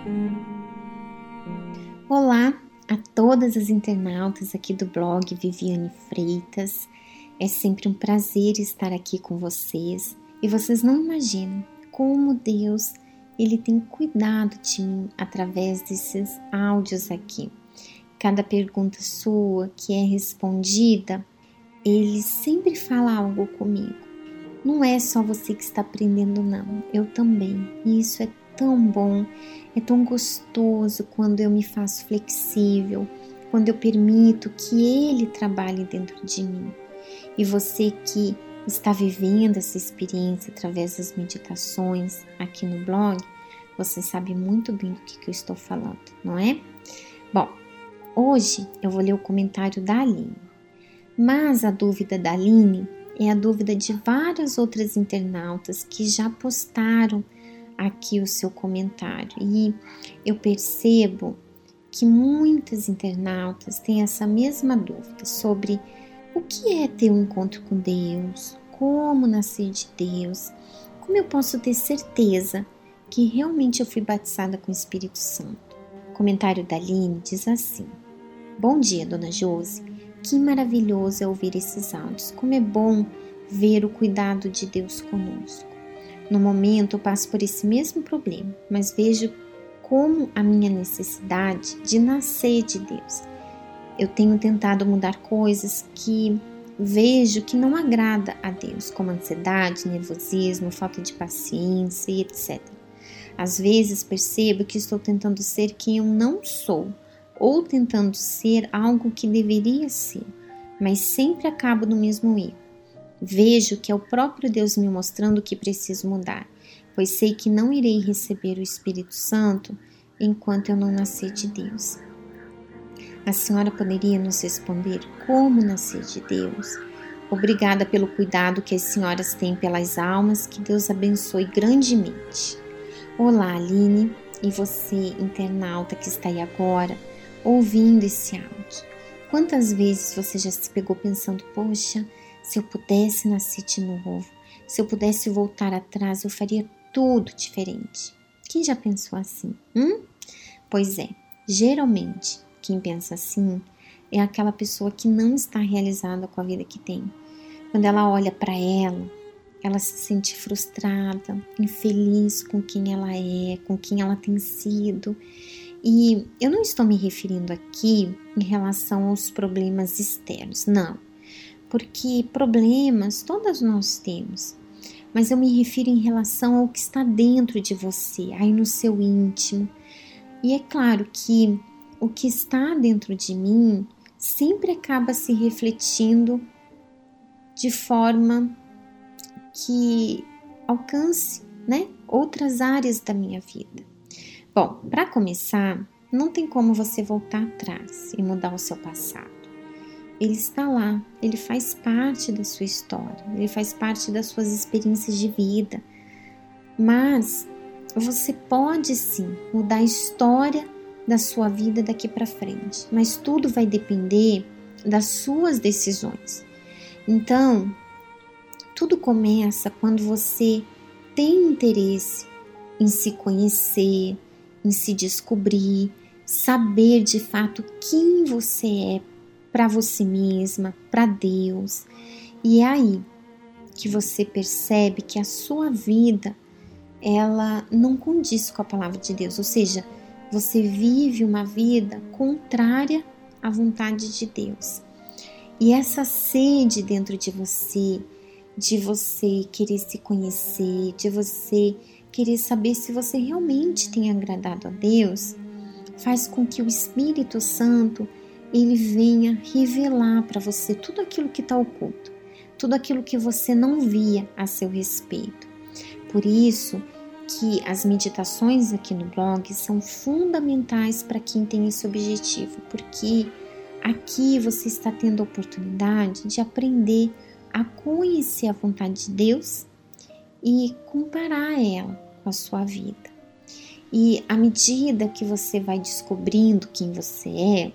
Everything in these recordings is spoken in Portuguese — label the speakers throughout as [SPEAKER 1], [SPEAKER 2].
[SPEAKER 1] Olá a todas as internautas aqui do blog Viviane Freitas. É sempre um prazer estar aqui com vocês e vocês não imaginam como Deus ele tem cuidado de mim através desses áudios aqui. Cada pergunta sua que é respondida, Ele sempre fala algo comigo. Não é só você que está aprendendo, não. Eu também. E isso é tão bom, é tão gostoso quando eu me faço flexível, quando eu permito que Ele trabalhe dentro de mim. E você que está vivendo essa experiência através das meditações aqui no blog, você sabe muito bem do que eu estou falando, não é? Bom, hoje eu vou ler o comentário da Aline, mas a dúvida da Aline é a dúvida de várias outras internautas que já postaram aqui o seu comentário, e eu percebo que muitas internautas têm essa mesma dúvida sobre o que é ter um encontro com Deus, como nascer de Deus, como eu posso ter certeza que realmente eu fui batizada com o Espírito Santo. O comentário da Aline diz assim: Bom dia, Dona Josi, que maravilhoso é ouvir esses áudios, como é bom ver o cuidado de Deus conosco. No momento eu passo por esse mesmo problema, mas vejo como a minha necessidade de nascer de Deus. Eu tenho tentado mudar coisas que vejo que não agrada a Deus, como ansiedade, nervosismo, falta de paciência e etc. Às vezes percebo que estou tentando ser quem eu não sou, ou tentando ser algo que deveria ser, mas sempre acabo no mesmo erro. Vejo que é o próprio Deus me mostrando que preciso mudar, pois sei que não irei receber o Espírito Santo enquanto eu não nascer de Deus. A senhora poderia nos responder como nascer de Deus? Obrigada pelo cuidado que as senhoras têm pelas almas, que Deus abençoe grandemente. Olá, Aline, e você, internauta que está aí agora, ouvindo esse áudio. Quantas vezes você já se pegou pensando, poxa, se eu pudesse nascer de novo, se eu pudesse voltar atrás, eu faria tudo diferente. Quem já pensou assim? Pois é, geralmente quem pensa assim é aquela pessoa que não está realizada com a vida que tem. Quando ela olha para ela se sente frustrada, infeliz com quem ela é, com quem ela tem sido. E eu não estou me referindo aqui em relação aos problemas externos, não. Porque problemas todas nós temos, mas eu me refiro em relação ao que está dentro de você, aí no seu íntimo. E é claro que o que está dentro de mim sempre acaba se refletindo de forma que alcance, outras áreas da minha vida. Bom, para começar, não tem como você voltar atrás e mudar o seu passado. Ele está lá, ele faz parte da sua história, ele faz parte das suas experiências de vida. Mas você pode sim mudar a história da sua vida daqui para frente, mas tudo vai depender das suas decisões. Então, tudo começa quando você tem interesse em se conhecer, em se descobrir, saber de fato quem você é para você mesma, para Deus. E é aí que você percebe que a sua vida, ela não condiz com a palavra de Deus, ou seja, você vive uma vida contrária à vontade de Deus. E essa sede dentro de você querer se conhecer, de você querer saber se você realmente tem agradado a Deus, faz com que o Espírito Santo ele venha revelar para você tudo aquilo que está oculto, tudo aquilo que você não via a seu respeito. Por isso que as meditações aqui no blog são fundamentais para quem tem esse objetivo, porque aqui você está tendo a oportunidade de aprender a conhecer a vontade de Deus e comparar ela com a sua vida. E à medida que você vai descobrindo quem você é,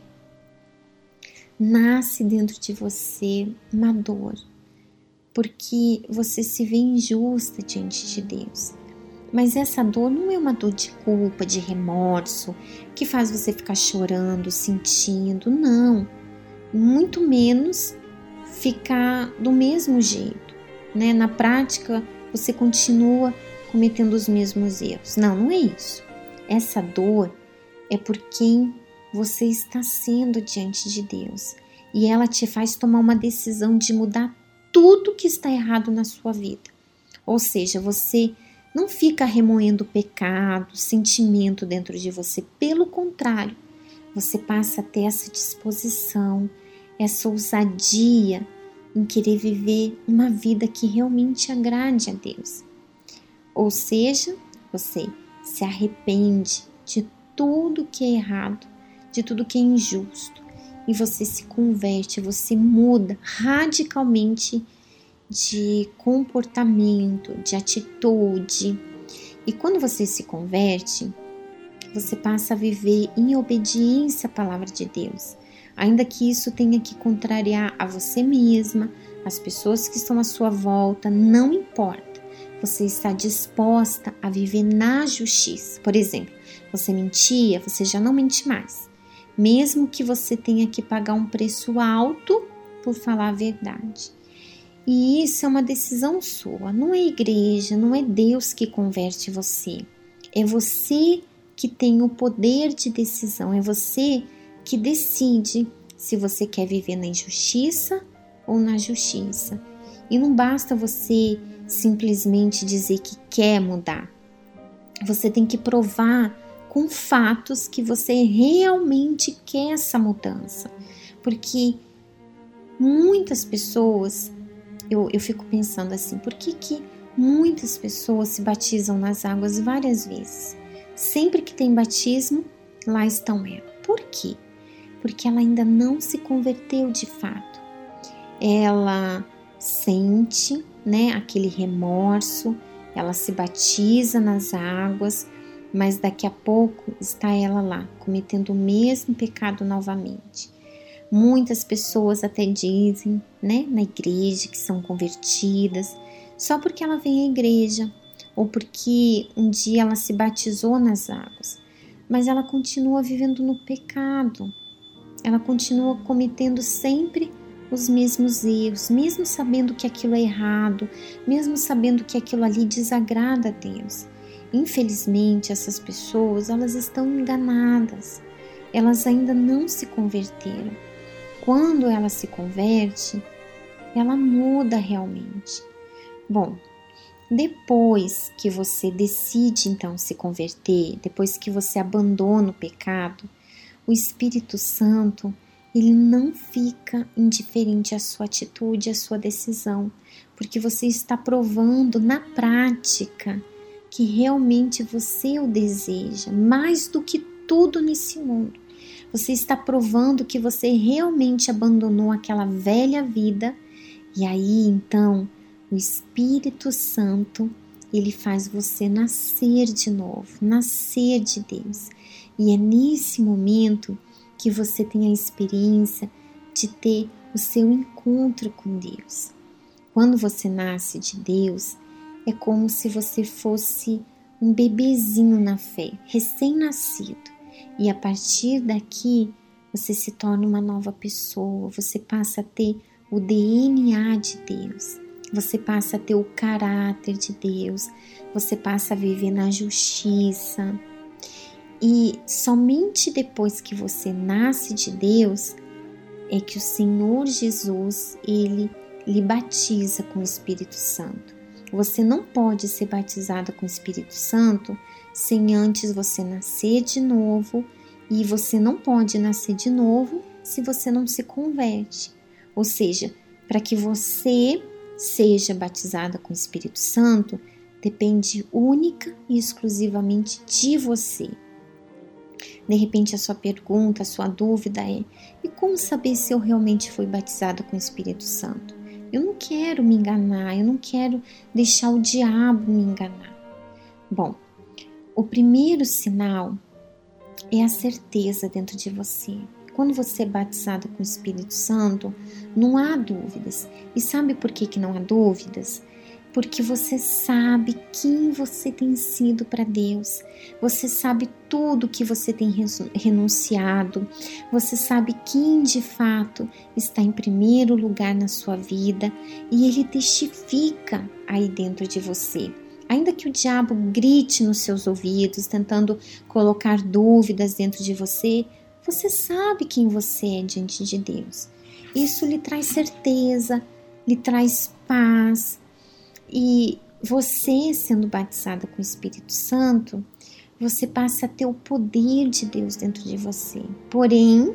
[SPEAKER 1] nasce dentro de você uma dor, porque você se vê injusta diante de Deus. Mas essa dor não é uma dor de culpa, de remorso, que faz você ficar chorando, sentindo, não. Muito menos ficar do mesmo jeito, né? Na prática, você continua cometendo os mesmos erros. Não, não é isso. Essa dor é por quem você está sendo diante de Deus. E ela te faz tomar uma decisão de mudar tudo que está errado na sua vida. Ou seja, você não fica remoendo pecado, sentimento dentro de você. Pelo contrário, você passa a ter essa disposição, essa ousadia em querer viver uma vida que realmente agrade a Deus. Ou seja, você se arrepende de tudo que é errado, de tudo que é injusto, e você se converte, você muda radicalmente de comportamento, de atitude. E quando você se converte, você passa a viver em obediência à palavra de Deus. Ainda que isso tenha que contrariar a você mesma, as pessoas que estão à sua volta, não importa. Você está disposta a viver na justiça. Por exemplo, você mentia, você já não mente mais. Mesmo que você tenha que pagar um preço alto por falar a verdade. E isso é uma decisão sua, não é a igreja, não é Deus que converte você. É você que tem o poder de decisão, é você que decide se você quer viver na injustiça ou na justiça. E não basta você simplesmente dizer que quer mudar. Você tem que provar com fatos que você realmente quer essa mudança. Porque muitas pessoas... Eu fico pensando assim, por que muitas pessoas se batizam nas águas várias vezes? Sempre que tem batismo, lá estão elas. Por quê? Porque ela ainda não se converteu de fato. Ela sente, né, aquele remorso, ela se batiza nas águas, mas daqui a pouco está ela lá, cometendo o mesmo pecado novamente. Muitas pessoas até dizem, né, na igreja que são convertidas só porque ela vem à igreja ou porque um dia ela se batizou nas águas, mas ela continua vivendo no pecado, ela continua cometendo sempre os mesmos erros, mesmo sabendo que aquilo é errado, mesmo sabendo que aquilo ali desagrada a Deus. Infelizmente, essas pessoas, elas estão enganadas, elas ainda não se converteram. Quando ela se converte, ela muda realmente. Bom, depois que você decide então se converter, depois que você abandona o pecado, o Espírito Santo, ele não fica indiferente à sua atitude, à sua decisão, porque você está provando na prática que realmente você o deseja, mais do que tudo nesse mundo. Você está provando que você realmente abandonou aquela velha vida e aí então o Espírito Santo, ele faz você nascer de novo, nascer de Deus. E é nesse momento que você tem a experiência de ter o seu encontro com Deus. Quando você nasce de Deus, é como se você fosse um bebezinho na fé, recém-nascido. E a partir daqui, você se torna uma nova pessoa, você passa a ter o DNA de Deus, você passa a ter o caráter de Deus, você passa a viver na justiça. E somente depois que você nasce de Deus, é que o Senhor Jesus, ele lhe batiza com o Espírito Santo. Você não pode ser batizada com o Espírito Santo sem antes você nascer de novo, e você não pode nascer de novo se você não se converte. Ou seja, para que você seja batizada com o Espírito Santo, depende única e exclusivamente de você. De repente a sua pergunta, a sua dúvida é: e como saber se eu realmente fui batizada com o Espírito Santo? Eu não quero me enganar, eu não quero deixar o diabo me enganar. Bom, o primeiro sinal é a certeza dentro de você. Quando você é batizado com o Espírito Santo, não há dúvidas. E sabe por que não há dúvidas? porque você sabe quem você tem sido para Deus, você sabe tudo que você tem renunciado, você sabe quem de fato está em primeiro lugar na sua vida e Ele testifica aí dentro de você. Ainda que o diabo grite nos seus ouvidos, tentando colocar dúvidas dentro de você, você sabe quem você é diante de Deus. Isso lhe traz certeza, lhe traz paz. E você, sendo batizada com o Espírito Santo, você passa a ter o poder de Deus dentro de você. Porém,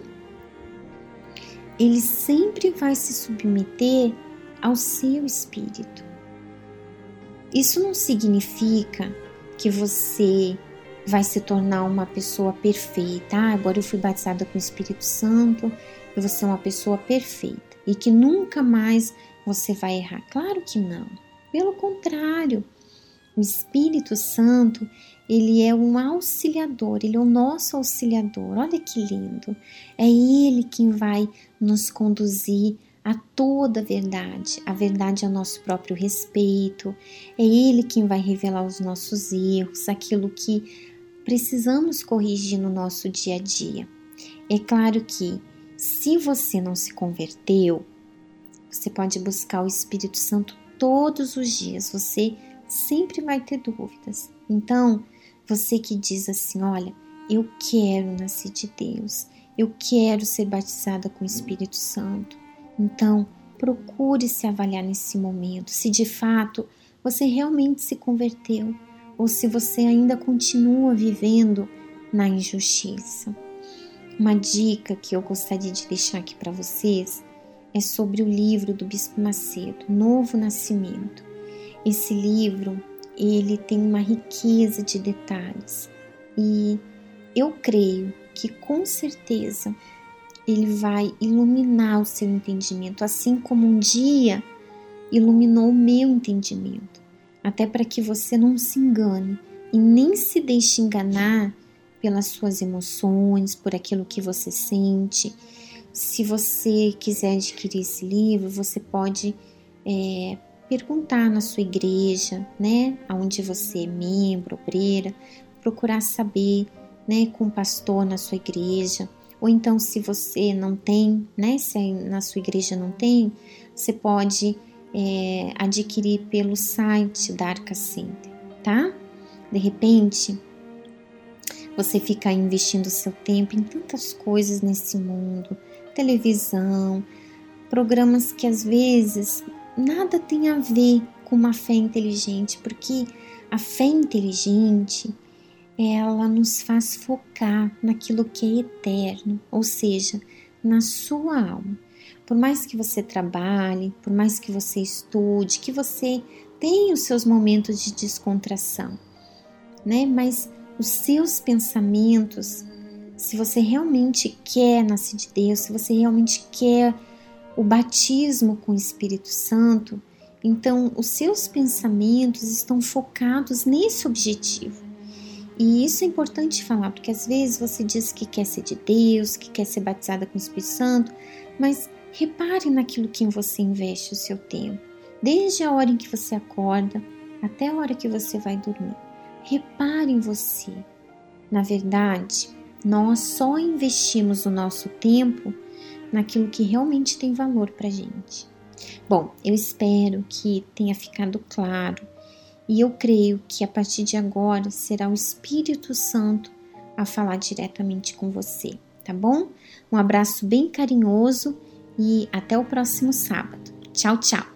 [SPEAKER 1] Ele sempre vai se submeter ao seu espírito. Isso não significa que você vai se tornar uma pessoa perfeita. Agora eu fui batizada com o Espírito Santo, eu vou ser uma pessoa perfeita e que nunca mais você vai errar. Claro que não. Pelo contrário, o Espírito Santo, ele é um auxiliador, ele é o nosso auxiliador. Olha que lindo! É Ele quem vai nos conduzir a toda a verdade a nosso próprio respeito. É Ele quem vai revelar os nossos erros, aquilo que precisamos corrigir no nosso dia a dia. É claro que, se você não se converteu, você pode buscar o Espírito Santo todos os dias, você sempre vai ter dúvidas. Então, você que diz assim, olha, eu quero nascer de Deus, eu quero ser batizada com o Espírito Santo. Então, procure se avaliar nesse momento, se de fato você realmente se converteu ou se você ainda continua vivendo na injustiça. Uma dica que eu gostaria de deixar aqui para vocês é sobre o livro do Bispo Macedo, Novo Nascimento. Esse livro, ele tem uma riqueza de detalhes e eu creio que com certeza ele vai iluminar o seu entendimento, assim como um dia iluminou o meu entendimento, até para que você não se engane e nem se deixe enganar pelas suas emoções, por aquilo que você sente. Se você quiser adquirir esse livro, você pode perguntar na sua igreja, né, onde você é membro, obreira, procurar saber, né, com o pastor na sua igreja. Ou então, se você não tem, né, se na sua igreja não tem, você pode adquirir pelo site da Arca Center, tá? De repente, você fica investindo seu tempo em tantas coisas nesse mundo, televisão, programas que às vezes nada tem a ver com uma fé inteligente, porque a fé inteligente, ela nos faz focar naquilo que é eterno, ou seja, na sua alma. Por mais que você trabalhe, por mais que você estude, que você tenha os seus momentos de descontração, né? Mas os seus pensamentos, se você realmente quer nascer de Deus, se você realmente quer o batismo com o Espírito Santo, então os seus pensamentos estão focados nesse objetivo. E isso é importante falar, porque às vezes você diz que quer ser de Deus, que quer ser batizada com o Espírito Santo, mas repare naquilo que você investe o seu tempo, desde a hora em que você acorda até a hora que você vai dormir. Repare em você. Na verdade, nós só investimos o nosso tempo naquilo que realmente tem valor para a gente. Bom, eu espero que tenha ficado claro. E eu creio que a partir de agora será o Espírito Santo a falar diretamente com você, tá bom? Um abraço bem carinhoso e até o próximo sábado. Tchau, tchau!